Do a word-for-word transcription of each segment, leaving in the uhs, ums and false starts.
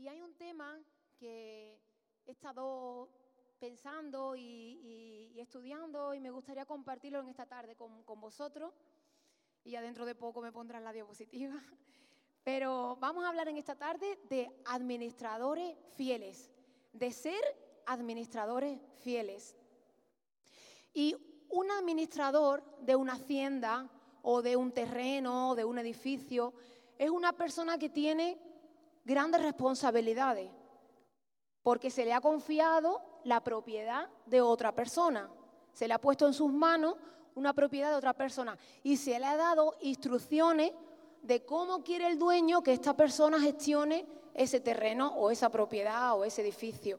Y hay un tema que he estado pensando y, y, y estudiando y me gustaría compartirlo en esta tarde con, con vosotros. Y ya dentro de poco me pondrán la diapositiva. Pero vamos a hablar en esta tarde de administradores fieles, de ser administradores fieles. Y un administrador de una hacienda o de un terreno o de un edificio es una persona que tiene grandes responsabilidades porque se le ha confiado la propiedad de otra persona. Se le ha puesto en sus manos una propiedad de otra persona y se le ha dado instrucciones de cómo quiere el dueño que esta persona gestione ese terreno o esa propiedad o ese edificio.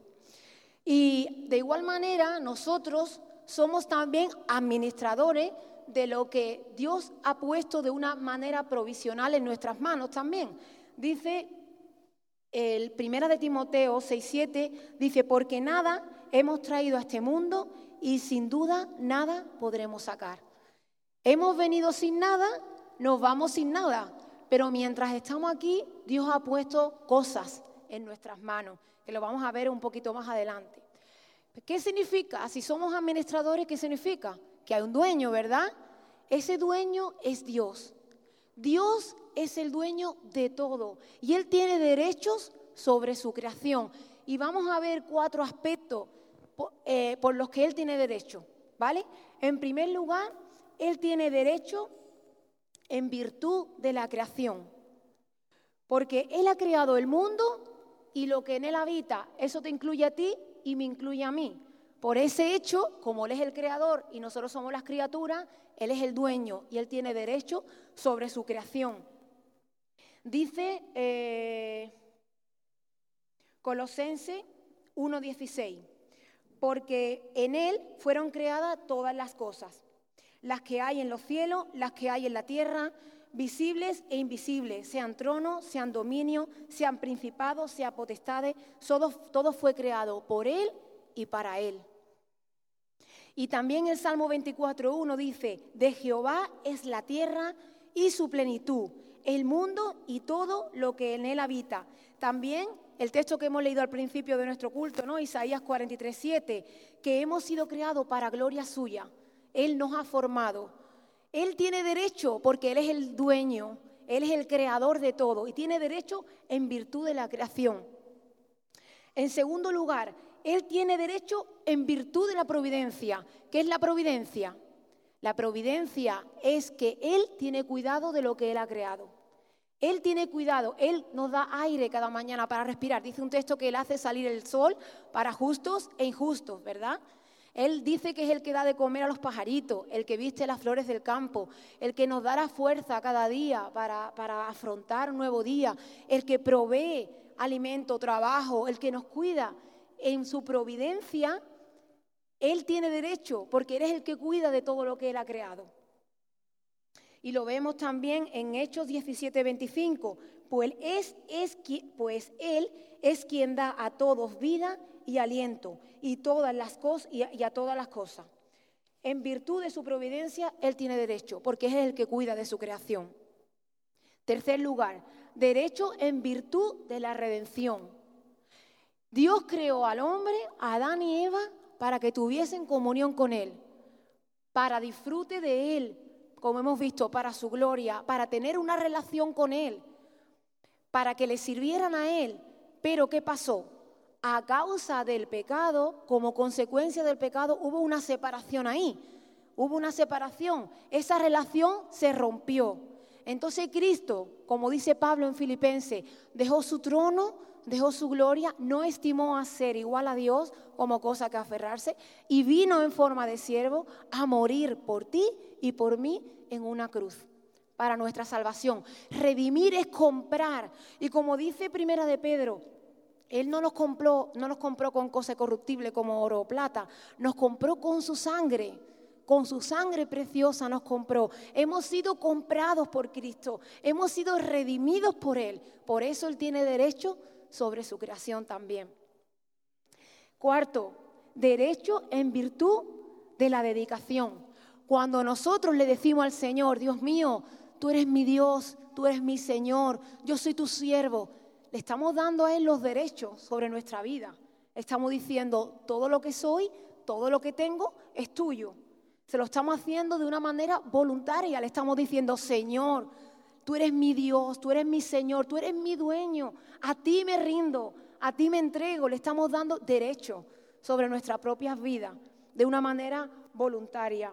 Y de igual manera nosotros somos también administradores de lo que Dios ha puesto de una manera provisional en nuestras manos también. Dice el primera de Timoteo seis siete, dice, porque nada hemos traído a este mundo y sin duda nada podremos sacar. Hemos venido sin nada, nos vamos sin nada, pero mientras estamos aquí, Dios ha puesto cosas en nuestras manos, que lo vamos a ver un poquito más adelante. ¿Qué significa? Si somos administradores, ¿qué significa? Que hay un dueño, ¿verdad? Ese dueño es Dios. Dios es el dueño de todo y Él tiene derechos sobre su creación. Y vamos a ver cuatro aspectos por, eh, por los que Él tiene derecho, ¿vale? En primer lugar, Él tiene derecho en virtud de la creación, porque Él ha creado el mundo y lo que en Él habita, eso te incluye a ti y me incluye a mí. Por ese hecho, como Él es el creador y nosotros somos las criaturas, Él es el dueño y Él tiene derecho sobre su creación. Dice eh, Colosenses uno dieciséis, porque en Él fueron creadas todas las cosas, las que hay en los cielos, las que hay en la tierra, visibles e invisibles, sean tronos, sean dominios, sean principados, sean potestades, todo, todo fue creado por Él y para Él. Y también el Salmo veinticuatro uno dice, de Jehová es la tierra y su plenitud, el mundo y todo lo que en él habita. También el texto que hemos leído al principio de nuestro culto, ¿no? Isaías cuarenta y tres siete, que hemos sido creados para gloria suya. Él nos ha formado. Él tiene derecho porque Él es el dueño, Él es el creador de todo y tiene derecho en virtud de la creación. En segundo lugar, Él tiene derecho en virtud de la providencia. ¿Qué es la providencia? La providencia es que Él tiene cuidado de lo que Él ha creado. Él tiene cuidado, Él nos da aire cada mañana para respirar. Dice un texto que Él hace salir el sol para justos e injustos, ¿verdad? Él dice que es el que da de comer a los pajaritos, el que viste las flores del campo, el que nos da la fuerza cada día para, para afrontar un nuevo día, el que provee alimento, trabajo, el que nos cuida. En su providencia, Él tiene derecho, porque Él es el que cuida de todo lo que Él ha creado. Y lo vemos también en Hechos diecisiete veinticinco, pues, es, es, pues Él es quien da a todos vida y aliento y, todas las cosas, y, a, y a todas las cosas. En virtud de su providencia, Él tiene derecho, porque es el que cuida de su creación. Tercer lugar, derecho en virtud de la redención. Dios creó al hombre, a Adán y Eva, para que tuviesen comunión con Él, para disfrute de Él, como hemos visto, para su gloria, para tener una relación con Él, para que le sirvieran a Él. Pero ¿qué pasó? A causa del pecado, como consecuencia del pecado, hubo una separación ahí. Hubo una separación. Esa relación se rompió. Entonces Cristo, como dice Pablo en Filipenses, dejó su trono, dejó su gloria, no estimó a ser igual a Dios como cosa que aferrarse y vino en forma de siervo a morir por ti y por mí en una cruz para nuestra salvación. Redimir es comprar y como dice Primera de Pedro, Él no nos compró, no nos compró con cosas corruptibles como oro o plata, nos compró con su sangre. Con su sangre preciosa nos compró. Hemos sido comprados por Cristo. Hemos sido redimidos por Él. Por eso Él tiene derecho sobre su creación también. Cuarto, derecho en virtud de la dedicación. Cuando nosotros le decimos al Señor, Dios mío, tú eres mi Dios, tú eres mi Señor, yo soy tu siervo. le estamos dando a Él los derechos sobre nuestra vida. Estamos diciendo, todo lo que soy, todo lo que tengo es tuyo. Se lo estamos haciendo de una manera voluntaria. Le estamos diciendo, Señor, tú eres mi Dios, tú eres mi Señor, tú eres mi dueño. A ti me rindo, a ti me entrego. Le estamos dando derechos sobre nuestras propias vidas de una manera voluntaria.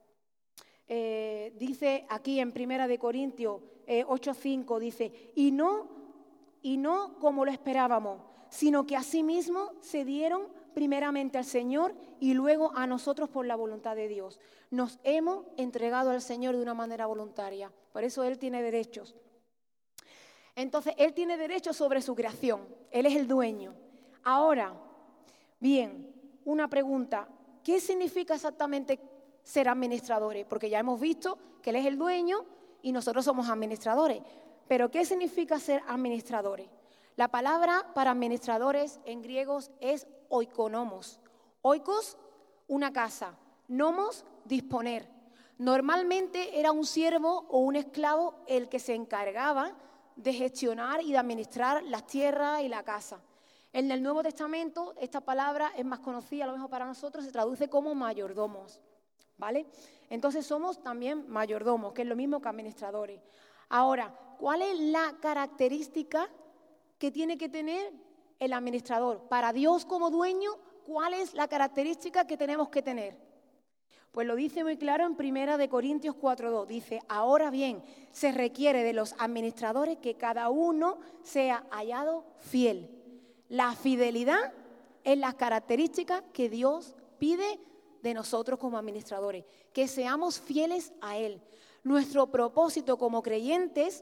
Eh, dice aquí en Primera de Corintios eh, ocho cinco, dice, y no, y no como lo esperábamos, sino que asimismo se dieron primeramente al Señor y luego a nosotros por la voluntad de Dios. Nos hemos entregado al Señor de una manera voluntaria, por eso Él tiene derechos. Entonces, Él tiene derechos sobre su creación, Él es el dueño. Ahora, bien, una pregunta, ¿qué significa exactamente ser administradores? Porque ya hemos visto que Él es el dueño y nosotros somos administradores. Pero ¿qué significa ser administradores? La palabra para administradores en griegos es oikonomos. Oikos, una casa. Nomos, disponer. Normalmente era un siervo o un esclavo el que se encargaba de gestionar y de administrar las tierras y la casa. En el Nuevo Testamento esta palabra es más conocida, a lo mejor para nosotros, se traduce como mayordomos, ¿vale? Entonces somos también mayordomos, que es lo mismo que administradores. Ahora, ¿cuál es la característica que tiene que tener el administrador? Para Dios como dueño, ¿cuál es la característica que tenemos que tener? Pues lo dice muy claro en Primera de Corintios cuatro dos. Dice, ahora bien, se requiere de los administradores que cada uno sea hallado fiel. La fidelidad es la característica que Dios pide de nosotros como administradores, que seamos fieles a Él. Nuestro propósito como creyentes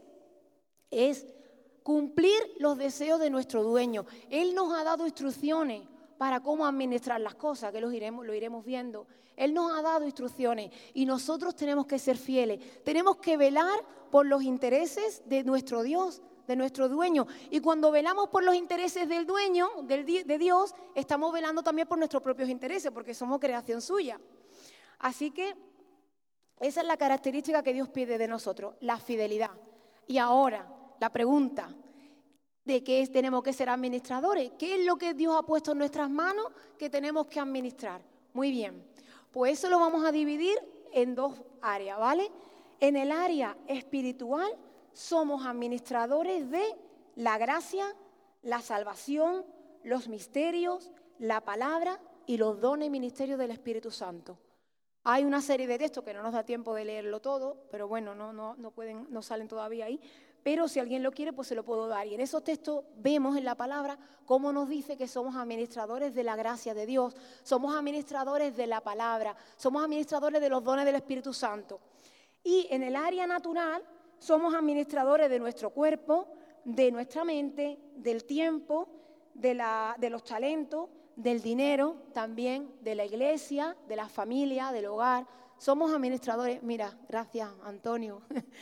es cumplir los deseos de nuestro dueño. Él nos ha dado instrucciones para cómo administrar las cosas, que los iremos, lo iremos viendo. Él nos ha dado instrucciones y nosotros tenemos que ser fieles. Tenemos que velar por los intereses de nuestro Dios, de nuestro dueño. Y cuando velamos por los intereses del dueño, del, de Dios, estamos velando también por nuestros propios intereses, porque somos creación suya. Así que esa es la característica que Dios pide de nosotros, la fidelidad. Y ahora, la pregunta, ¿de qué tenemos que ser administradores? ¿Qué es lo que Dios ha puesto en nuestras manos que tenemos que administrar? Muy bien, pues eso lo vamos a dividir en dos áreas, ¿vale? En el área espiritual somos administradores de la gracia, la salvación, los misterios, la palabra y los dones y ministerios del Espíritu Santo. Hay una serie de textos que no nos da tiempo de leerlo todo, pero bueno, no, no, no, pueden, no salen todavía ahí. Pero si alguien lo quiere, pues se lo puedo dar. Y en esos textos vemos en la palabra cómo nos dice que somos administradores de la gracia de Dios, somos administradores de la palabra, somos administradores de los dones del Espíritu Santo. Y en el área natural somos administradores de nuestro cuerpo, de nuestra mente, del tiempo, de, la, de los talentos, del dinero, también de la iglesia, de la familia, del hogar. Somos administradores. Mira, gracias, Antonio.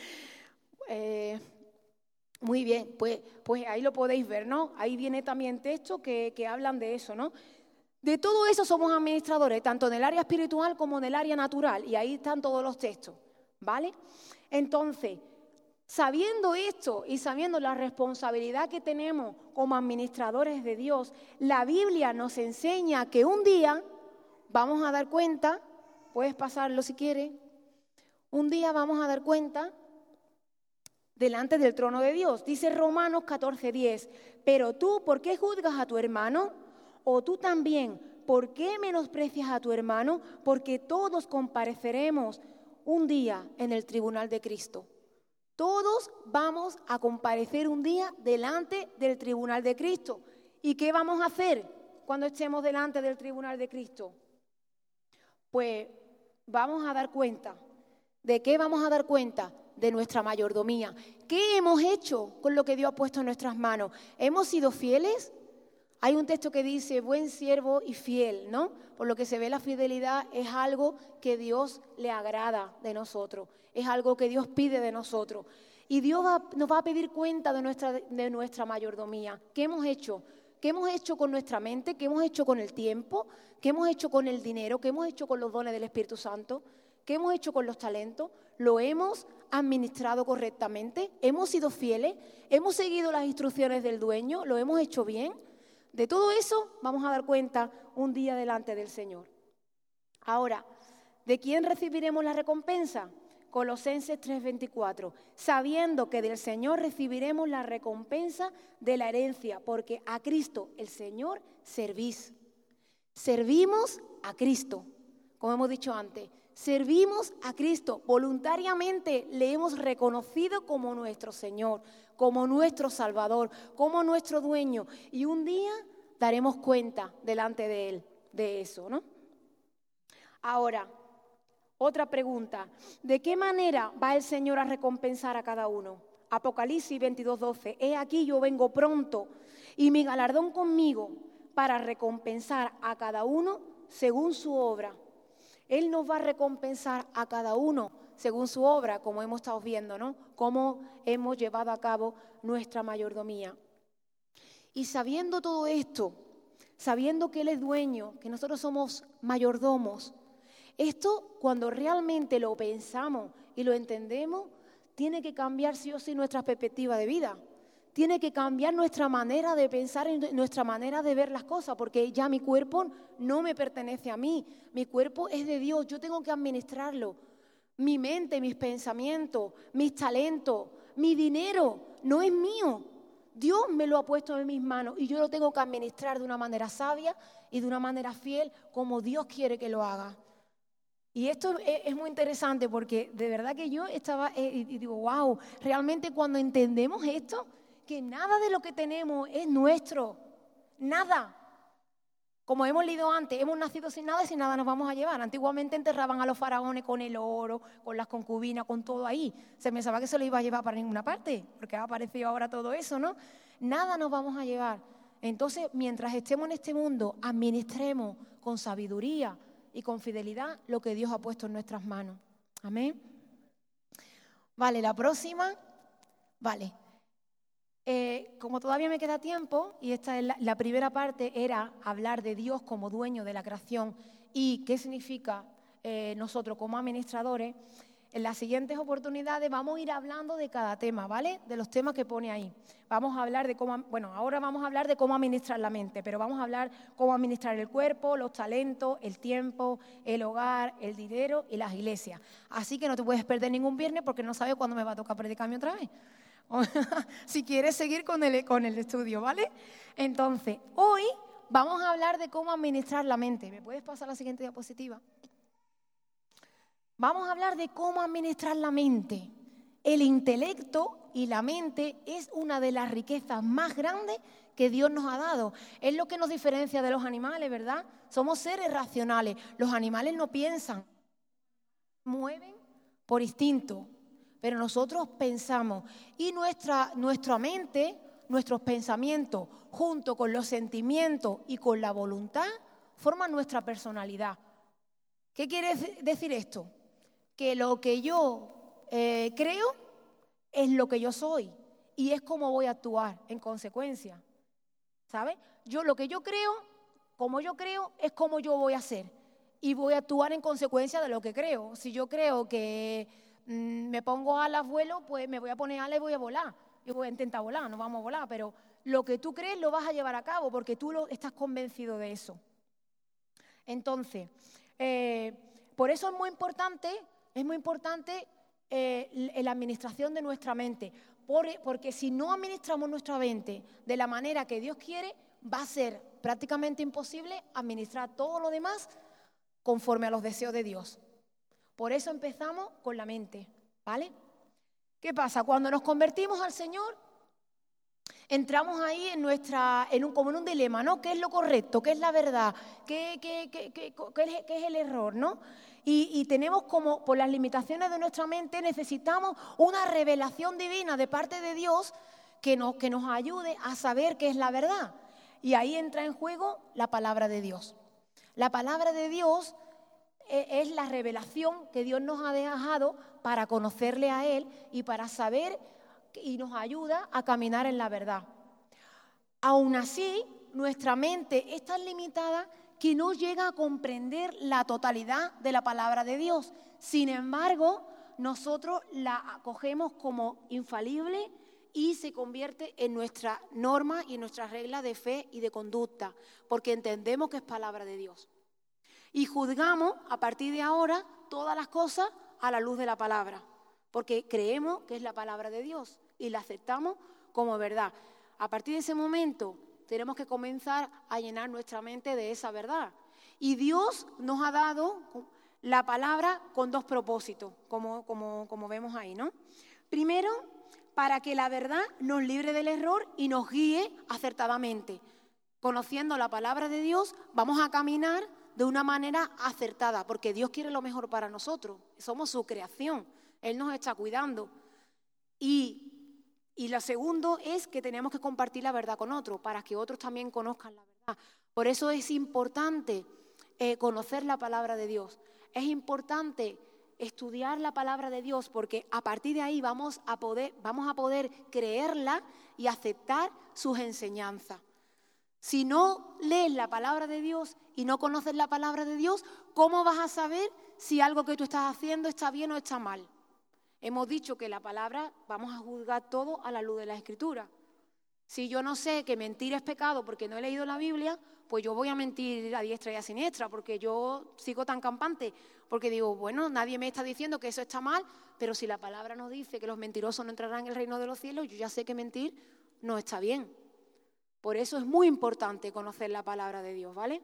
eh, muy bien, pues, pues ahí lo podéis ver, ¿no? Ahí viene también textos que, que hablan de eso, ¿no? De todo eso somos administradores, tanto en el área espiritual como en el área natural. Y ahí están todos los textos, ¿vale? Entonces, sabiendo esto y sabiendo la responsabilidad que tenemos como administradores de Dios, la Biblia nos enseña que un día vamos a dar cuenta, puedes pasarlo si quieres, un día vamos a dar cuenta delante del trono de Dios. Dice Romanos catorce diez, pero tú, ¿por qué juzgas a tu hermano? O tú también, ¿por qué menosprecias a tu hermano? Porque todos compareceremos un día en el tribunal de Cristo. Todos vamos a comparecer un día delante del tribunal de Cristo. ¿Y qué vamos a hacer cuando estemos delante del tribunal de Cristo? Pues vamos a dar cuenta. ¿De qué vamos a dar cuenta? De nuestra mayordomía. ¿Qué hemos hecho con lo que Dios ha puesto en nuestras manos? ¿Hemos sido fieles? Hay un texto que dice, buen siervo y fiel, ¿no? Por lo que se ve, la fidelidad es algo que Dios le agrada de nosotros. Es algo que Dios pide de nosotros. Y Dios va, nos va a pedir cuenta de nuestra, de nuestra mayordomía. ¿Qué hemos hecho? ¿Qué hemos hecho con nuestra mente? ¿Qué hemos hecho con el tiempo? ¿Qué hemos hecho con el dinero? ¿Qué hemos hecho con los dones del Espíritu Santo? ¿Qué hemos hecho con los talentos? ¿Lo hemos administrado correctamente? ¿Hemos sido fieles? ¿Hemos seguido las instrucciones del dueño? ¿Lo hemos hecho bien? De todo eso vamos a dar cuenta un día delante del Señor. Ahora, ¿de quién recibiremos la recompensa? Colosenses tres veinticuatro, sabiendo que del Señor recibiremos la recompensa de la herencia, porque a Cristo, el Señor, servís. Servimos a Cristo, como hemos dicho antes. Servimos a Cristo, voluntariamente le hemos reconocido como nuestro Señor, como nuestro Salvador, como nuestro dueño. Y un día daremos cuenta delante de Él de eso, ¿no? Ahora, otra pregunta. ¿De qué manera va el Señor a recompensar a cada uno? Apocalipsis veintidós doce. He aquí yo vengo pronto y mi galardón conmigo para recompensar a cada uno según su obra. Él nos va a recompensar a cada uno según su obra, como hemos estado viendo, ¿no? Cómo hemos llevado a cabo nuestra mayordomía. Y sabiendo todo esto, sabiendo que Él es dueño, que nosotros somos mayordomos, esto cuando realmente lo pensamos y lo entendemos, tiene que cambiar sí o sí nuestra perspectiva de vida. Tiene que cambiar nuestra manera de pensar y nuestra manera de ver las cosas, porque ya mi cuerpo no me pertenece a mí. Mi cuerpo es de Dios, yo tengo que administrarlo. Mi mente, mis pensamientos, mis talentos, mi dinero no es mío. Dios me lo ha puesto en mis manos y yo lo tengo que administrar de una manera sabia y de una manera fiel como Dios quiere que lo haga. Y esto es, es muy interesante porque de verdad que yo estaba eh, y digo, wow, realmente cuando entendemos esto, que nada de lo que tenemos es nuestro, nada. Como hemos leído antes, hemos nacido sin nada y sin nada nos vamos a llevar. Antiguamente enterraban a los faraones con el oro, con las concubinas, con todo ahí. Se pensaba que se lo iba a llevar para ninguna parte, porque ha aparecido ahora todo eso, ¿no? Nada nos vamos a llevar. Entonces, mientras estemos en este mundo, administremos con sabiduría y con fidelidad lo que Dios ha puesto en nuestras manos. Amén. Vale, la próxima. Vale. Eh, como todavía me queda tiempo, y esta es la, la primera parte, era hablar de Dios como dueño de la creación y qué significa eh, nosotros como administradores. En las siguientes oportunidades vamos a ir hablando de cada tema, ¿vale? De los temas que pone ahí. Vamos a hablar de cómo, bueno, ahora vamos a hablar de cómo administrar la mente, pero vamos a hablar cómo administrar el cuerpo, los talentos, el tiempo, el hogar, el dinero y las iglesias. Así que no te puedes perder ningún viernes porque no sabes cuándo me va a tocar predicarme otra vez. Si quieres seguir con el, con el estudio, ¿vale? Entonces, hoy vamos a hablar de cómo administrar la mente. ¿Me puedes pasar la siguiente diapositiva? Vamos a hablar de cómo administrar la mente. El intelecto y la mente es una de las riquezas más grandes que Dios nos ha dado. Es lo que nos diferencia de los animales, ¿verdad? Somos seres racionales. Los animales no piensan, mueven por instinto. Pero nosotros pensamos y nuestra, nuestra mente, nuestros pensamientos, junto con los sentimientos y con la voluntad, forman nuestra personalidad. ¿Qué quiere decir esto? Que lo que yo eh, creo es lo que yo soy y es como voy a actuar en consecuencia. ¿Sabes? Yo lo que yo creo, como yo creo, es como yo voy a ser y voy a actuar en consecuencia de lo que creo. Si yo creo que me pongo alas, vuelo, pues me voy a poner alas y voy a volar. Yo voy a intentar volar, no vamos a volar, pero lo que tú crees lo vas a llevar a cabo porque tú lo, estás convencido de eso. Entonces, eh, por eso es muy importante, es muy importante eh, la administración de nuestra mente, por, porque si no administramos nuestra mente de la manera que Dios quiere, va a ser prácticamente imposible administrar todo lo demás conforme a los deseos de Dios. Por eso empezamos con la mente, ¿vale? ¿Qué pasa? Cuando nos convertimos al Señor, entramos ahí en nuestra, en un, como en un dilema, ¿no? ¿Qué es lo correcto? ¿Qué es la verdad? ¿Qué, qué, qué, qué, qué, es, qué es el error, ¿no? Y, y tenemos como, por las limitaciones de nuestra mente, necesitamos una revelación divina de parte de Dios que nos, que nos ayude a saber qué es la verdad. Y ahí entra en juego la palabra de Dios. La palabra de Dios es la revelación que Dios nos ha dejado para conocerle a Él y para saber y nos ayuda a caminar en la verdad. Aún así, nuestra mente es tan limitada que no llega a comprender la totalidad de la palabra de Dios. Sin embargo, nosotros la acogemos como infalible y se convierte en nuestra norma y en nuestra regla de fe y de conducta, porque entendemos que es palabra de Dios. Y juzgamos a partir de ahora todas las cosas a la luz de la palabra, porque creemos que es la palabra de Dios y la aceptamos como verdad. A partir de ese momento tenemos que comenzar a llenar nuestra mente de esa verdad. Y Dios nos ha dado la palabra con dos propósitos, como, como, como vemos ahí, ¿no? Primero, para que la verdad nos libre del error y nos guíe acertadamente. Conociendo la palabra de Dios, vamos a caminar de una manera acertada, porque Dios quiere lo mejor para nosotros. Somos su creación, Él nos está cuidando. Y, y lo segundo es que tenemos que compartir la verdad con otros, para que otros también conozcan la verdad. Por eso es importante eh, conocer la palabra de Dios. Es importante estudiar la palabra de Dios, porque a partir de ahí vamos a poder, vamos a poder creerla y aceptar sus enseñanzas. Si no lees la palabra de Dios y no conoces la palabra de Dios, ¿cómo vas a saber si algo que tú estás haciendo está bien o está mal? Hemos dicho que la palabra vamos a juzgar todo a la luz de la Escritura. Si yo no sé que mentir es pecado porque no he leído la Biblia, pues yo voy a mentir a diestra y a siniestra, porque yo sigo tan campante, porque digo, bueno, nadie me está diciendo que eso está mal, pero si la palabra nos dice que los mentirosos no entrarán en el reino de los cielos, yo ya sé que mentir no está bien. Por eso es muy importante conocer la palabra de Dios, ¿vale?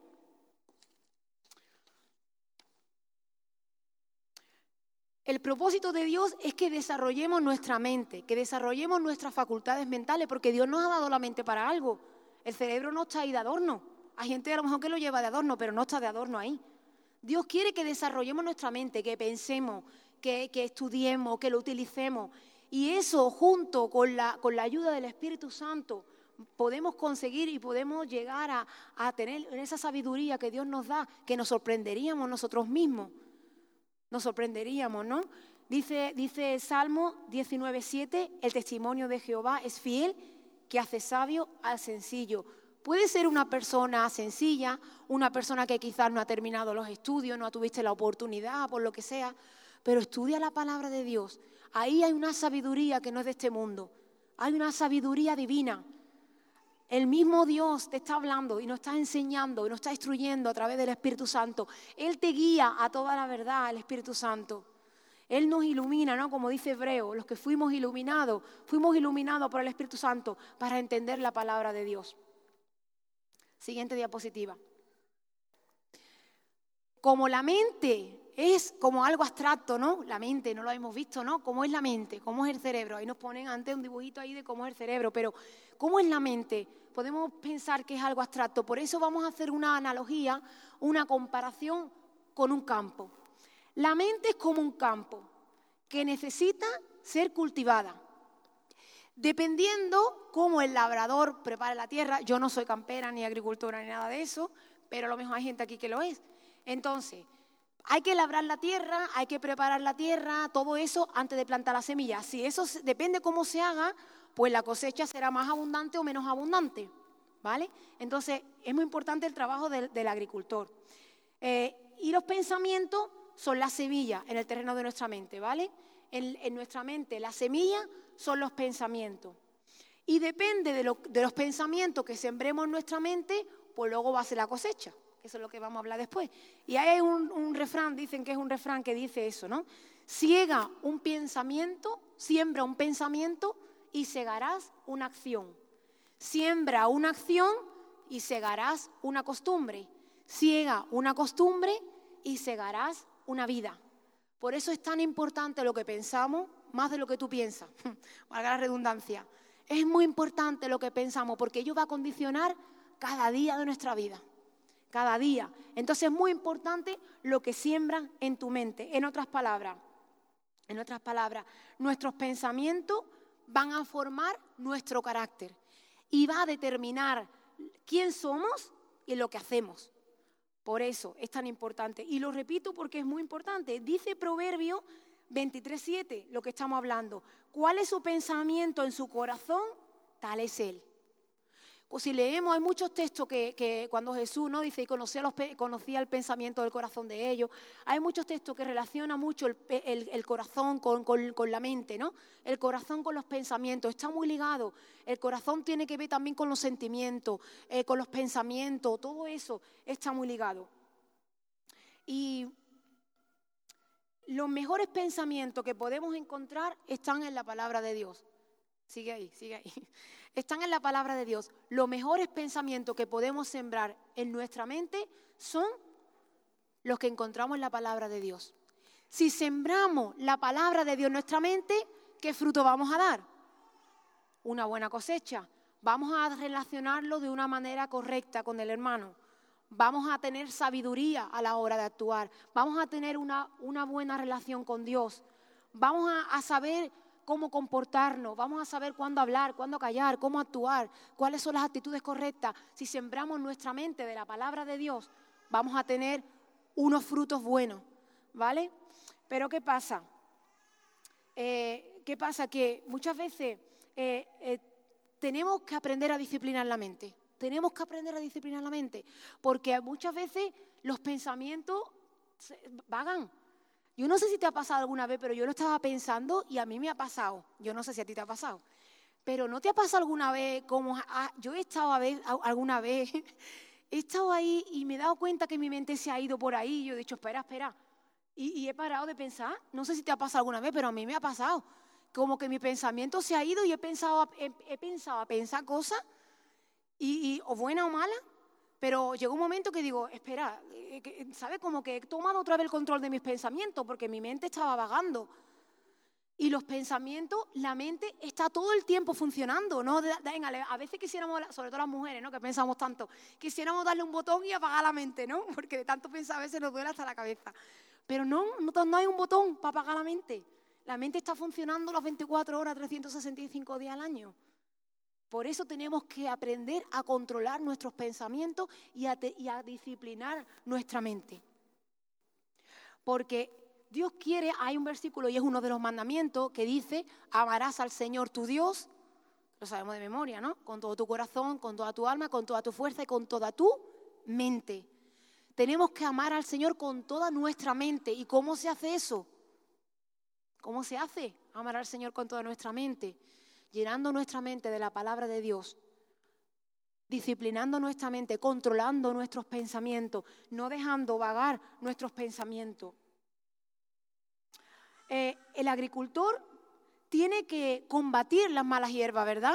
El propósito de Dios es que desarrollemos nuestra mente, que desarrollemos nuestras facultades mentales, porque Dios nos ha dado la mente para algo. El cerebro no está ahí de adorno. Hay gente a lo mejor que lo lleva de adorno, pero no está de adorno ahí. Dios quiere que desarrollemos nuestra mente, que pensemos, que, que estudiemos, que lo utilicemos. Y eso, junto con la, con la ayuda del Espíritu Santo, podemos conseguir y podemos llegar a, a tener esa sabiduría que Dios nos da, que nos sorprenderíamos nosotros mismos. Nos sorprenderíamos, ¿no? Dice, dice el Salmo diecinueve siete, el testimonio de Jehová es fiel, que hace sabio al sencillo. Puede ser una persona sencilla, una persona que quizás no ha terminado los estudios, no tuviste la oportunidad, por lo que sea, pero estudia la palabra de Dios. Ahí hay una sabiduría que no es de este mundo. Hay una sabiduría divina. El mismo Dios te está hablando y nos está enseñando y nos está instruyendo a través del Espíritu Santo. Él te guía a toda la verdad, el Espíritu Santo. Él nos ilumina, ¿no? Como dice Hebreo, los que fuimos iluminados, fuimos iluminados por el Espíritu Santo para entender la palabra de Dios. Siguiente diapositiva. Como la mente es como algo abstracto, ¿no? La mente, no lo hemos visto, ¿no? ¿Cómo es la mente? ¿Cómo es el cerebro? Ahí nos ponen antes un dibujito ahí de cómo es el cerebro, pero ¿cómo es la mente? Podemos pensar que es algo abstracto. Por eso vamos a hacer una analogía, una comparación con un campo. La mente es como un campo que necesita ser cultivada. Dependiendo cómo el labrador prepare la tierra, yo no soy campera ni agricultora ni nada de eso, pero a lo mejor hay gente aquí que lo es. Entonces, hay que labrar la tierra, hay que preparar la tierra, todo eso antes de plantar la semilla. Si eso depende cómo se haga, pues la cosecha será más abundante o menos abundante, ¿vale? Entonces, es muy importante el trabajo del, del agricultor. Eh, y los pensamientos son las semillas en el terreno de nuestra mente, ¿vale? En, en nuestra mente, las semillas son los pensamientos. Y depende de, lo, de los pensamientos que sembremos en nuestra mente, pues luego va a ser la cosecha. Eso es lo que vamos a hablar después. Y hay un, un refrán, dicen que es un refrán que dice eso, ¿no? Ciega un pensamiento, siembra un pensamiento y segarás una acción. Siembra una acción y segarás una costumbre. Ciega una costumbre y segarás una vida. Por eso es tan importante lo que pensamos, más de lo que tú piensas, valga la redundancia. Es muy importante lo que pensamos porque ello va a condicionar cada día de nuestra vida. Cada día. Entonces es muy importante lo que siembras en tu mente. En otras palabras, en otras palabras, nuestros pensamientos van a formar nuestro carácter y va a determinar quién somos y lo que hacemos. Por eso es tan importante. Y lo repito porque es muy importante. Dice Proverbio veintitrés siete, lo que estamos hablando. ¿Cuál es su pensamiento en su corazón? Tal es él. Si leemos, hay muchos textos que, que cuando Jesús, ¿no?, dice, y conocía, los, conocía el pensamiento del corazón de ellos, hay muchos textos que relacionan mucho el, el, el corazón con, con, con la mente, ¿no? El corazón con los pensamientos, está muy ligado. El corazón tiene que ver también con los sentimientos, eh, con los pensamientos, todo eso está muy ligado. Y los mejores pensamientos que podemos encontrar están en la palabra de Dios. Sigue ahí, sigue ahí. Están en la palabra de Dios. Los mejores pensamientos que podemos sembrar en nuestra mente son los que encontramos en la palabra de Dios. Si sembramos la palabra de Dios en nuestra mente, ¿qué fruto vamos a dar? Una buena cosecha. Vamos a relacionarlo de una manera correcta con el hermano. Vamos a tener sabiduría a la hora de actuar. Vamos a tener una, una buena relación con Dios. Vamos a, a saber cómo comportarnos, vamos a saber cuándo hablar, cuándo callar, cómo actuar, cuáles son las actitudes correctas. Si sembramos nuestra mente de la palabra de Dios, vamos a tener unos frutos buenos, ¿vale? Pero ¿qué pasa? Eh, ¿Qué pasa? Que muchas veces eh, eh, tenemos que aprender a disciplinar la mente. Tenemos que aprender a disciplinar la mente, porque muchas veces los pensamientos vagan. Yo no sé si te ha pasado alguna vez, pero yo lo estaba pensando y a mí me ha pasado. Yo no sé si a ti te ha pasado. Pero ¿no te ha pasado alguna vez como ah, yo he estado a vez, alguna vez, he estado ahí y me he dado cuenta que mi mente se ha ido por ahí y yo he dicho, espera, espera. Y, y he parado de pensar. No sé si te ha pasado alguna vez, pero a mí me ha pasado. Como que mi pensamiento se ha ido y he pensado, he, he pensado a pensar cosas, y, y, o buenas o malas. Pero llegó un momento que digo, espera, ¿sabes? Como que he tomado otra vez el control de mis pensamientos porque mi mente estaba vagando. Y los pensamientos, la mente está todo el tiempo funcionando, ¿no? Venga, a veces quisiéramos, sobre todo las mujeres, ¿no?, que pensamos tanto, quisiéramos darle un botón y apagar la mente, ¿no? Porque de tanto pensar a veces nos duele hasta la cabeza. Pero no, no, no hay un botón para apagar la mente. La mente está funcionando las veinticuatro horas, trescientos sesenta y cinco días al año. Por eso tenemos que aprender a controlar nuestros pensamientos y a, te, y a disciplinar nuestra mente. Porque Dios quiere, hay un versículo y es uno de los mandamientos que dice, amarás al Señor tu Dios, lo sabemos de memoria, ¿no? Con todo tu corazón, con toda tu alma, con toda tu fuerza y con toda tu mente. Tenemos que amar al Señor con toda nuestra mente. ¿Y cómo se hace eso? ¿Cómo se hace amar al Señor con toda nuestra mente? Llenando nuestra mente de la palabra de Dios, disciplinando nuestra mente, controlando nuestros pensamientos, no dejando vagar nuestros pensamientos. Eh, el agricultor tiene que combatir las malas hierbas, ¿verdad?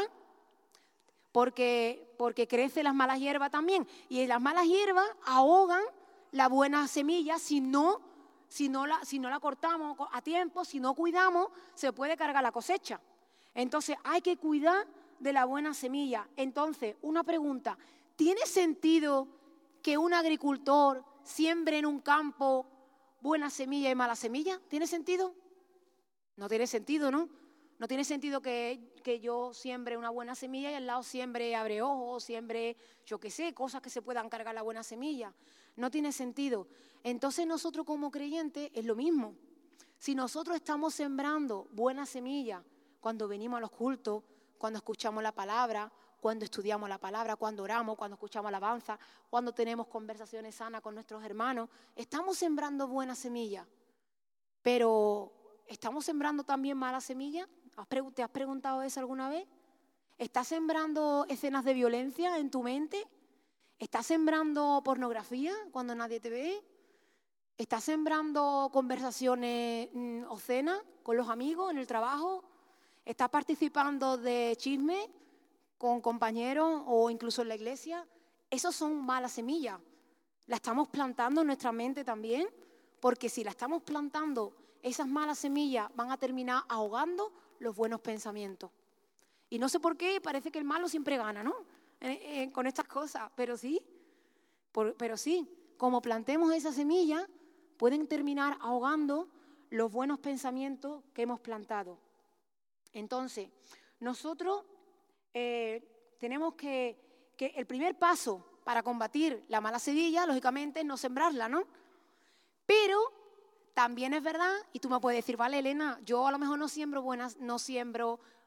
Porque, porque crecen las malas hierbas también. Y las malas hierbas ahogan la buena semilla si no, si no la, si no la cortamos a tiempo, si no cuidamos, se puede cargar la cosecha. Entonces hay que cuidar de la buena semilla. Entonces, una pregunta, ¿tiene sentido que un agricultor siembre en un campo buena semilla y mala semilla? ¿Tiene sentido? No tiene sentido, ¿no? No tiene sentido que, que yo siembre una buena semilla y al lado siembre abreojo, siembre, yo qué sé, cosas que se puedan cargar la buena semilla. No tiene sentido. Entonces nosotros como creyentes es lo mismo. Si nosotros estamos sembrando buena semilla, cuando venimos a los cultos, cuando escuchamos la palabra, cuando estudiamos la palabra, cuando oramos, cuando escuchamos alabanza, cuando tenemos conversaciones sanas con nuestros hermanos, estamos sembrando buena semilla. Pero, ¿estamos sembrando también mala semilla? ¿Te has preguntado eso alguna vez? ¿Estás sembrando escenas de violencia en tu mente? ¿Estás sembrando pornografía cuando nadie te ve? ¿Estás sembrando conversaciones mmm, obscenas con los amigos en el trabajo? ¿Estás participando de chisme con compañeros o incluso en la iglesia? Esos son malas semillas. ¿La estamos plantando en nuestra mente también? Porque si la estamos plantando, esas malas semillas van a terminar ahogando los buenos pensamientos. Y no sé por qué, parece que el malo siempre gana, ¿no? Eh, eh, con estas cosas, pero sí, por, pero sí, como plantemos esa semilla, pueden terminar ahogando los buenos pensamientos que hemos plantado. Entonces, nosotros eh, tenemos que, que el primer paso para combatir la mala semilla, lógicamente, es no sembrarla, ¿no? Pero también es verdad, y tú me puedes decir, vale, Elena, yo a lo mejor no siembro buenas, no siembro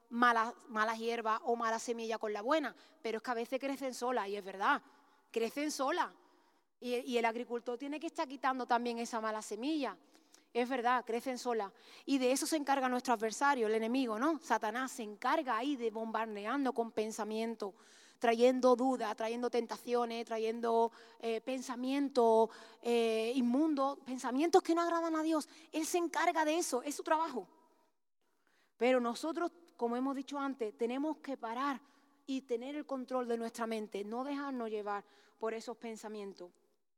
malas, malas hierbas o malas semillas con la buena, pero es que a veces crecen solas, y es verdad, crecen solas. Y, y el agricultor tiene que estar quitando también esa mala semilla. Es verdad, crecen solas. Y de eso se encarga nuestro adversario, el enemigo, ¿no? Satanás se encarga ahí de bombardeando con pensamientos, trayendo dudas, trayendo tentaciones, trayendo eh, pensamientos eh, inmundos, pensamientos que no agradan a Dios. Él se encarga de eso, es su trabajo. Pero nosotros, como hemos dicho antes, tenemos que parar y tener el control de nuestra mente, no dejarnos llevar por esos pensamientos.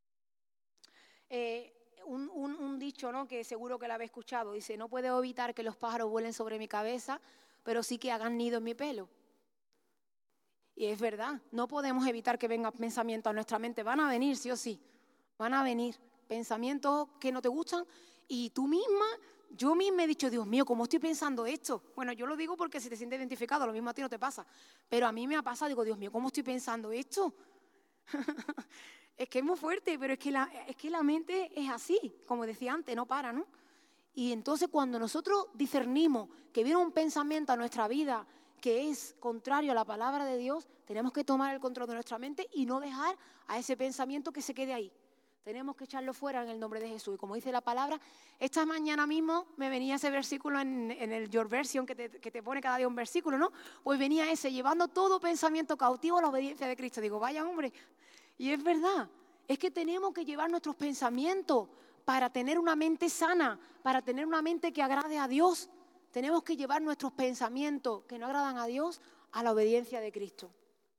Eh, un, un, un dicho, ¿no?, que seguro que lo habéis escuchado, dice: no puedo evitar que los pájaros vuelen sobre mi cabeza, pero sí que hagan nido en mi pelo. Y es verdad, no podemos evitar que vengan pensamientos a nuestra mente, van a venir sí o sí, van a venir pensamientos que no te gustan, y tú misma, yo misma he dicho: Dios mío, ¿cómo estoy pensando esto? Bueno, yo lo digo porque si te sientes identificado, lo mismo a ti no te pasa, pero a mí me ha pasado, digo: Dios mío, ¿cómo estoy pensando esto? Es que es muy fuerte, pero es que, la, es que la mente es así, como decía antes, no para, ¿no? Y entonces cuando nosotros discernimos que viene un pensamiento a nuestra vida que es contrario a la palabra de Dios, tenemos que tomar el control de nuestra mente y no dejar a ese pensamiento que se quede ahí. Tenemos que echarlo fuera en el nombre de Jesús. Y como dice la palabra, esta mañana mismo me venía ese versículo en, en el Your Version, que te, que te pone cada día un versículo, ¿no? Pues venía ese: llevando todo pensamiento cautivo a la obediencia de Cristo. Digo, vaya hombre. Y es verdad, es que tenemos que llevar nuestros pensamientos para tener una mente sana, para tener una mente que agrade a Dios. Tenemos que llevar nuestros pensamientos que no agradan a Dios a la obediencia de Cristo.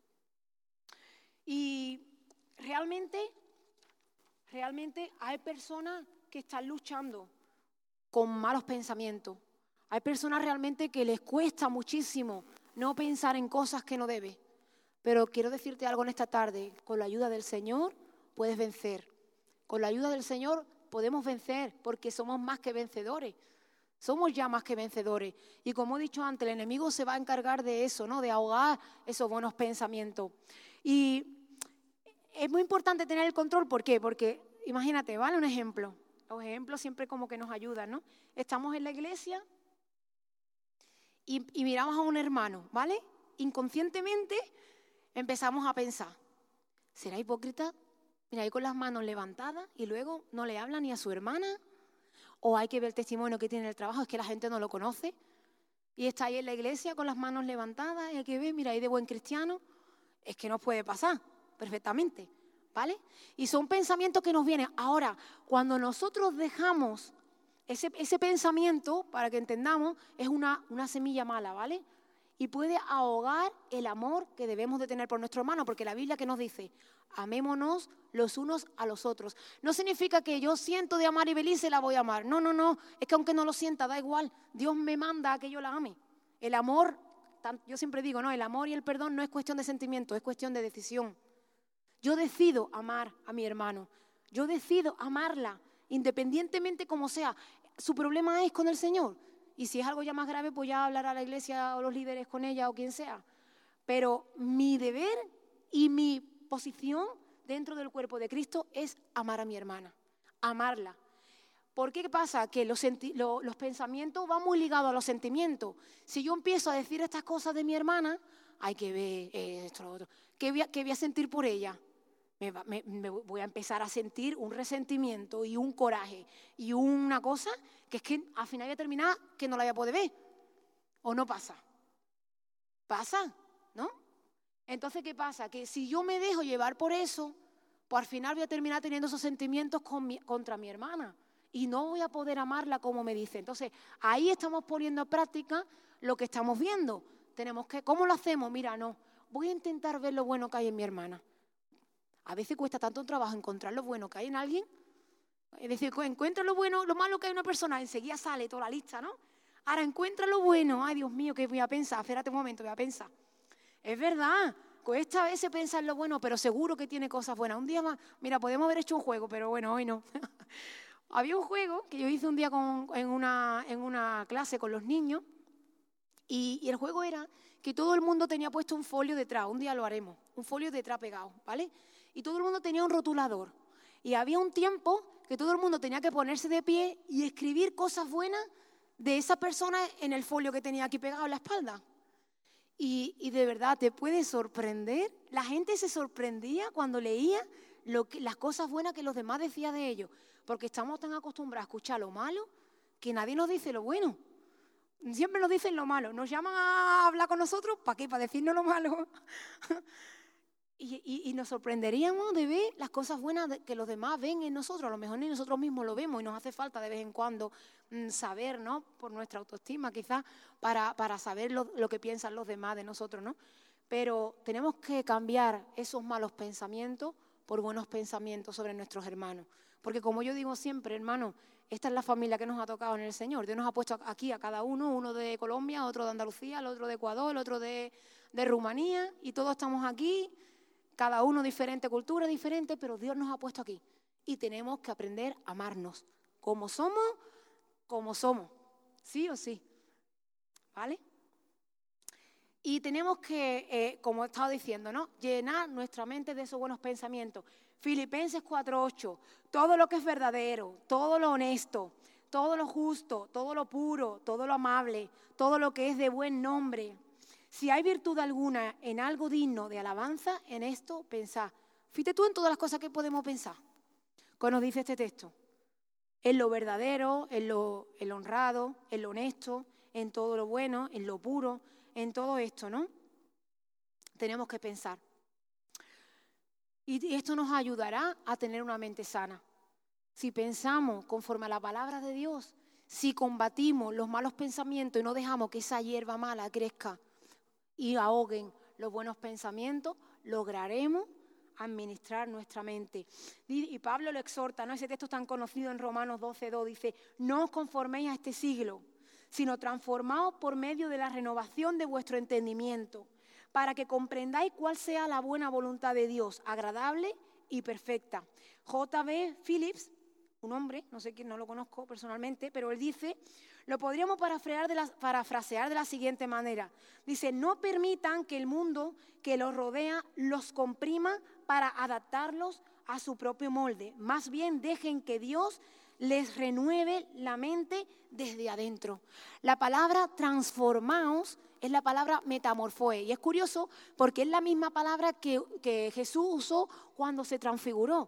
Y realmente, realmente hay personas que están luchando con malos pensamientos. Hay personas realmente que les cuesta muchísimo no pensar en cosas que no debe. Pero quiero decirte algo en esta tarde: con la ayuda del Señor puedes vencer. Con la ayuda del Señor podemos vencer, porque somos más que vencedores. Somos ya más que vencedores. Y como he dicho antes, el enemigo se va a encargar de eso, ¿no?, de ahogar esos buenos pensamientos. Y es muy importante tener el control. ¿Por qué? Porque imagínate, ¿vale? Un ejemplo. Los ejemplos siempre como que nos ayudan, ¿no? Estamos en la iglesia y, y miramos a un hermano, ¿vale? Inconscientemente empezamos a pensar: ¿será hipócrita? Mira, ahí con las manos levantadas y luego no le habla ni a su hermana. O hay que ver el testimonio que tiene en el trabajo, es que la gente no lo conoce. Y está ahí en la iglesia con las manos levantadas y hay que ver, mira, ahí de buen cristiano. Es que nos puede pasar perfectamente, ¿vale? Y son pensamientos que nos vienen. Ahora, cuando nosotros dejamos ese, ese pensamiento, para que entendamos, es una, una semilla mala, ¿vale? Y puede ahogar el amor que debemos de tener por nuestro hermano, porque la Biblia, ¿qué nos dice? Amémonos los unos a los otros. No significa que yo siento de amar a Ibelín, se la voy a amar. No, no, no. Es que aunque no lo sienta, da igual. Dios me manda a que yo la ame. El amor, yo siempre digo, no, el amor y el perdón no es cuestión de sentimiento, es cuestión de decisión. Yo decido amar a mi hermano. Yo decido amarla, independientemente como sea. Su problema es con el Señor. Y si es algo ya más grave, pues ya hablar a la iglesia o los líderes con ella o quien sea. Pero mi deber y mi posición dentro del cuerpo de Cristo es amar a mi hermana, amarla. ¿Por qué pasa? Que los, lo, los pensamientos van muy ligados a los sentimientos. Si yo empiezo a decir estas cosas de mi hermana, hay que ver esto, lo otro. ¿Qué voy a, qué voy a sentir por ella? Me, va, me, me voy a empezar a sentir un resentimiento y un coraje y una cosa que es que al final voy a terminar que no la voy a poder ver. ¿O no pasa? Pasa, ¿no? Entonces, ¿qué pasa? Que si yo me dejo llevar por eso, pues al final voy a terminar teniendo esos sentimientos con mi, contra mi hermana y no voy a poder amarla como me dice. Entonces, ahí estamos poniendo en práctica lo que estamos viendo. Tenemos que, ¿cómo lo hacemos? Mira, no, voy a intentar ver lo bueno que hay en mi hermana. A veces cuesta tanto trabajo encontrar lo bueno que hay en alguien. Es decir, encuentra lo bueno, lo malo que hay en una persona, enseguida sale toda la lista, ¿no? Ahora encuentra lo bueno. Ay, Dios mío, ¿qué voy a pensar? Espérate un momento, voy a pensar. Es verdad, cuesta a veces pensar lo bueno, pero seguro que tiene cosas buenas. Un día más, mira, podemos haber hecho un juego, pero bueno, hoy no. Había un juego que yo hice un día con, en, una, en una clase con los niños y, y el juego era que todo el mundo tenía puesto un folio detrás, un día lo haremos, un folio detrás pegado, ¿vale? Y todo el mundo tenía un rotulador. Y había un tiempo que todo el mundo tenía que ponerse de pie y escribir cosas buenas de esa persona en el folio que tenía aquí pegado en la espalda. Y, y de verdad te puede sorprender. La gente se sorprendía cuando leía lo que, las cosas buenas que los demás decían de ellos. Porque estamos tan acostumbrados a escuchar lo malo que nadie nos dice lo bueno. Siempre nos dicen lo malo. Nos llaman a hablar con nosotros, ¿para qué? Para decirnos lo malo. y, y, y nos sorprenderíamos de ver las cosas buenas que los demás ven en nosotros. A lo mejor ni nosotros mismos lo vemos y nos hace falta de vez en cuando mmm, saber, ¿no? Por nuestra autoestima quizás, para, para saber lo, lo que piensan los demás de nosotros, ¿no? Pero tenemos que cambiar esos malos pensamientos por buenos pensamientos sobre nuestros hermanos. Porque como yo digo siempre, hermano, esta es la familia que nos ha tocado en el Señor. Dios nos ha puesto aquí a cada uno, uno de Colombia, otro de Andalucía, el otro de Ecuador, el otro de, de Rumanía, y todos estamos aquí, cada uno diferente cultura, diferente, pero Dios nos ha puesto aquí. Y tenemos que aprender a amarnos, como somos, como somos, sí o sí, ¿vale? Y tenemos que, eh, como he estado diciendo, ¿no? Llenar nuestra mente de esos buenos pensamientos. Filipenses cuatro ocho, todo lo que es verdadero, todo lo honesto, todo lo justo, todo lo puro, todo lo amable, todo lo que es de buen nombre. Si hay virtud alguna en algo digno de alabanza, en esto pensad. Fíjate tú en todas las cosas que podemos pensar. ¿Qué nos dice este texto? En lo verdadero, en lo, en lo honrado, en lo honesto, en todo lo bueno, en lo puro, en todo esto, ¿no? Tenemos que pensar. Y esto nos ayudará a tener una mente sana. Si pensamos conforme a la palabra de Dios, si combatimos los malos pensamientos y no dejamos que esa hierba mala crezca y ahoguen los buenos pensamientos, lograremos administrar nuestra mente. Y Pablo lo exhorta, ¿no? Ese texto tan conocido en Romanos doce dos, dice, no os conforméis a este siglo, sino transformaos por medio de la renovación de vuestro entendimiento, para que comprendáis cuál sea la buena voluntad de Dios, agradable y perfecta. J B Phillips, un hombre, no sé quién, no lo conozco personalmente, pero él dice, lo podríamos parafrasear de la, parafrasear de la siguiente manera. Dice, no permitan que el mundo que los rodea los comprima para adaptarlos a su propio molde. Más bien dejen que Dios les renueve la mente desde adentro. La palabra transformaos es la palabra metamorfoe. Y es curioso porque es la misma palabra que, que Jesús usó cuando se transfiguró.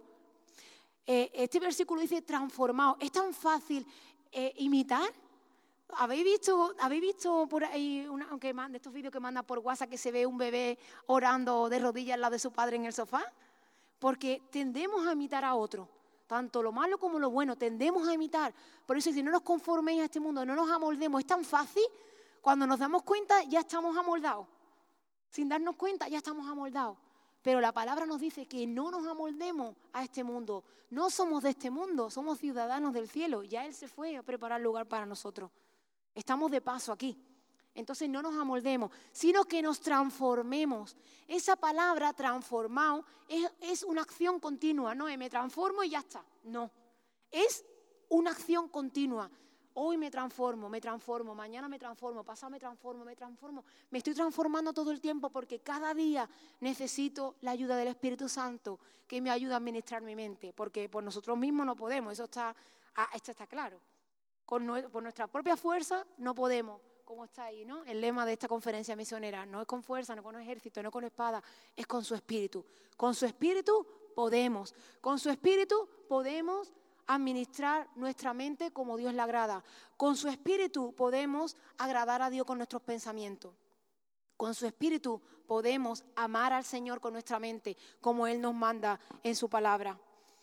Eh, este versículo dice transformaos. Es tan fácil eh, imitar. ¿Habéis visto, ¿Habéis visto por ahí una, aunque manda, estos vídeos que mandan por WhatsApp que se ve un bebé orando de rodillas al lado de su padre en el sofá? Porque tendemos a imitar a otro. Tanto lo malo como lo bueno, tendemos a imitar. Por eso, si no nos conforméis a este mundo, no nos amoldemos, es tan fácil. Cuando nos damos cuenta, ya estamos amoldados. Sin darnos cuenta, ya estamos amoldados. Pero la palabra nos dice que no nos amoldemos a este mundo. No somos de este mundo, somos ciudadanos del cielo. Ya Él se fue a preparar lugar para nosotros. Estamos de paso aquí. Entonces no nos amoldemos, sino que nos transformemos. Esa palabra transformado es, es una acción continua. No es me transformo y ya está. No, es una acción continua. Hoy me transformo, me transformo, mañana me transformo, pasado me transformo, me transformo. Me estoy transformando todo el tiempo porque cada día necesito la ayuda del Espíritu Santo que me ayuda a administrar mi mente. Porque por nosotros mismos no podemos, eso está, esto está claro. Con, por nuestra propia fuerza no podemos. Como está ahí, ¿no? El lema de esta conferencia misionera, no es con fuerza, no con ejército, no con espada, es con su espíritu. Con su espíritu podemos, con su espíritu podemos administrar nuestra mente como Dios le agrada. Con su espíritu podemos agradar a Dios con nuestros pensamientos. Con su espíritu podemos amar al Señor con nuestra mente, como Él nos manda en su palabra.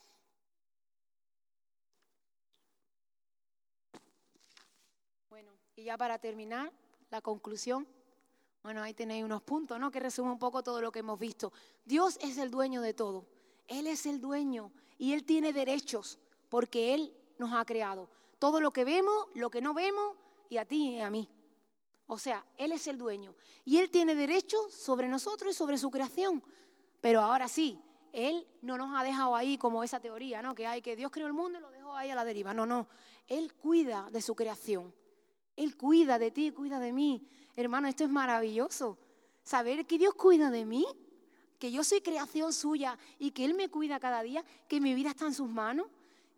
Bueno, y ya para terminar, la conclusión. Bueno, ahí tenéis unos puntos, ¿no? Que resumen un poco todo lo que hemos visto. Dios es el dueño de todo. Él es el dueño y Él tiene derechos porque Él nos ha creado. Todo lo que vemos, lo que no vemos y a ti y a mí. O sea, Él es el dueño y Él tiene derechos sobre nosotros y sobre su creación. Pero ahora sí, Él no nos ha dejado ahí como esa teoría, ¿no? Que hay que Dios creó el mundo y lo dejó ahí a la deriva. No, no. Él cuida de su creación. Él cuida de ti, cuida de mí. Hermano, esto es maravilloso. Saber que Dios cuida de mí, que yo soy creación suya y que Él me cuida cada día, que mi vida está en sus manos,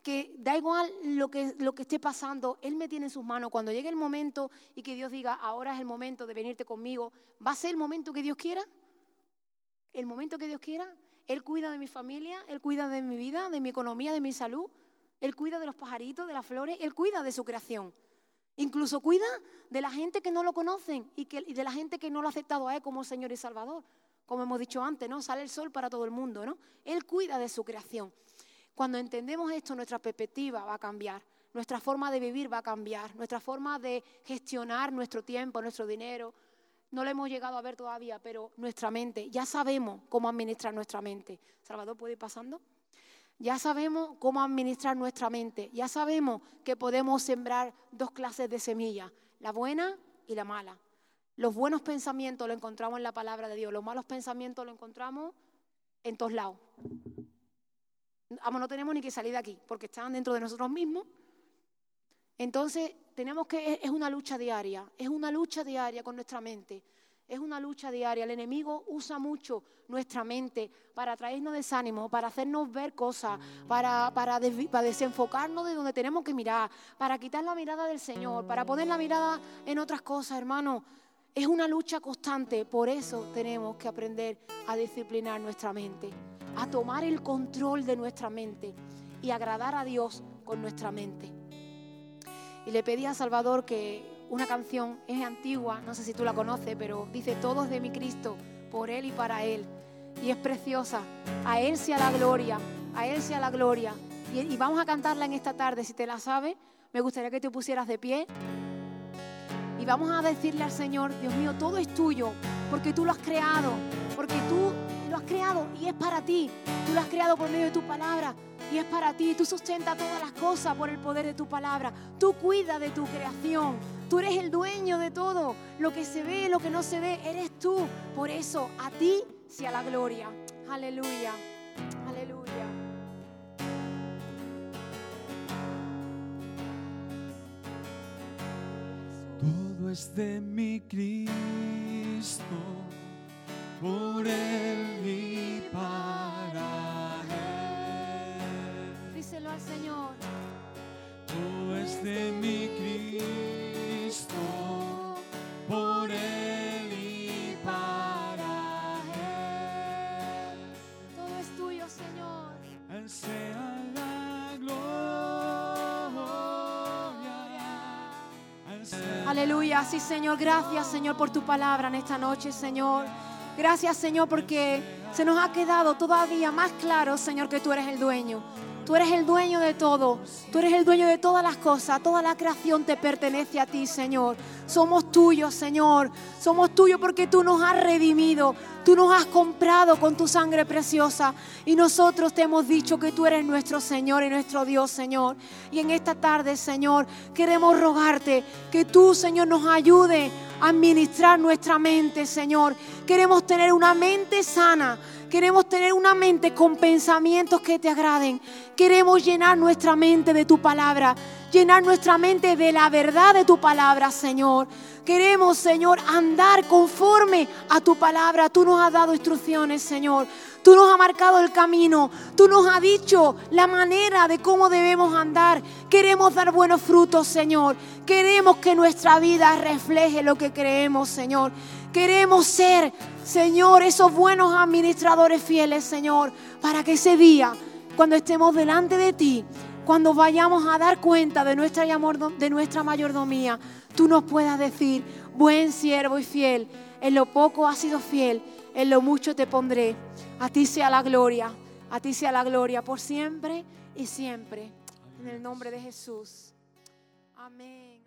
que da igual lo que, lo que esté pasando, Él me tiene en sus manos. Cuando llegue el momento y que Dios diga, ahora es el momento de venirte conmigo, ¿va a ser el momento que Dios quiera? El momento que Dios quiera. Él cuida de mi familia, Él cuida de mi vida, de mi economía, de mi salud. Él cuida de los pajaritos, de las flores, Él cuida de su creación. Incluso cuida de la gente que no lo conocen y, que, y de la gente que no lo ha aceptado a Él como Señor y Salvador. Como hemos dicho antes, ¿no? Sale el sol para todo el mundo, ¿no? Él cuida de su creación. Cuando entendemos esto, nuestra perspectiva va a cambiar, nuestra forma de vivir va a cambiar, nuestra forma de gestionar nuestro tiempo, nuestro dinero. No lo hemos llegado a ver todavía, pero nuestra mente, ya sabemos cómo administrar nuestra mente. Salvador, ¿puede ir pasando? Ya sabemos cómo administrar nuestra mente, ya sabemos que podemos sembrar dos clases de semillas, la buena y la mala. Los buenos pensamientos los encontramos en la palabra de Dios, los malos pensamientos los encontramos en todos lados. Vamos, no tenemos ni que salir de aquí, porque están dentro de nosotros mismos. Entonces, tenemos que, es una lucha diaria, es una lucha diaria con nuestra mente, es una lucha diaria. El enemigo usa mucho nuestra mente para traernos desánimo, para hacernos ver cosas, para, para, desvi, para desenfocarnos de donde tenemos que mirar, para quitar la mirada del Señor, para poner la mirada en otras cosas, hermano. Es una lucha constante, por eso tenemos que aprender a disciplinar nuestra mente, a tomar el control de nuestra mente y agradar a Dios con nuestra mente. Y le pedí a Salvador que una canción, es antigua, no sé si tú la conoces, pero dice: todo es de mi Cristo, por Él y para Él. Y es preciosa. A Él sea la gloria, a Él sea la gloria. Y, y vamos a cantarla en esta tarde. Si te la sabes, me gustaría que te pusieras de pie. Y vamos a decirle al Señor: Dios mío, todo es tuyo, porque tú lo has creado, porque tú lo has creado y es para ti. Tú lo has creado por medio de tu palabra y es para ti. Tú sustentas todas las cosas por el poder de tu palabra. Tú cuidas de tu creación. Tú eres el dueño de todo. Lo que se ve, lo que no se ve, eres tú. Por eso, a ti sea la gloria. Aleluya, aleluya. Todo es de mi Cristo, por Él y para Él. Díselo al Señor. Todo es de mi Cristo, por Él y para Él. Todo es tuyo, Señor. Él sea la gloria. Él sea. Aleluya, sí, Señor. Gracias, Señor, por tu palabra en esta noche, Señor. Gracias, Señor, porque se nos ha quedado todavía más claro, Señor, que tú eres el dueño. Tú eres el dueño de todo. Tú eres el dueño de todas las cosas. Toda la creación te pertenece a ti, Señor. Somos tuyos, Señor. Somos tuyos porque tú nos has redimido. Tú nos has comprado con tu sangre preciosa. Y nosotros te hemos dicho que tú eres nuestro Señor y nuestro Dios, Señor. Y en esta tarde, Señor, queremos rogarte que tú, Señor, nos ayude a administrar nuestra mente, Señor. Queremos tener una mente sana. Queremos tener una mente con pensamientos que te agraden. Queremos llenar nuestra mente de tu palabra. Llenar nuestra mente de la verdad de tu palabra, Señor. Queremos, Señor, andar conforme a tu palabra. Tú nos has dado instrucciones, Señor. Tú nos has marcado el camino. Tú nos has dicho la manera de cómo debemos andar. Queremos dar buenos frutos, Señor. Queremos que nuestra vida refleje lo que creemos, Señor. Queremos ser, Señor, esos buenos administradores fieles, Señor, para que ese día, cuando estemos delante de ti, cuando vayamos a dar cuenta de nuestra, de nuestra mayordomía, tú nos puedas decir: buen siervo y fiel, en lo poco has sido fiel, en lo mucho te pondré. A ti sea la gloria, a ti sea la gloria por siempre y siempre. En el nombre de Jesús. Amén.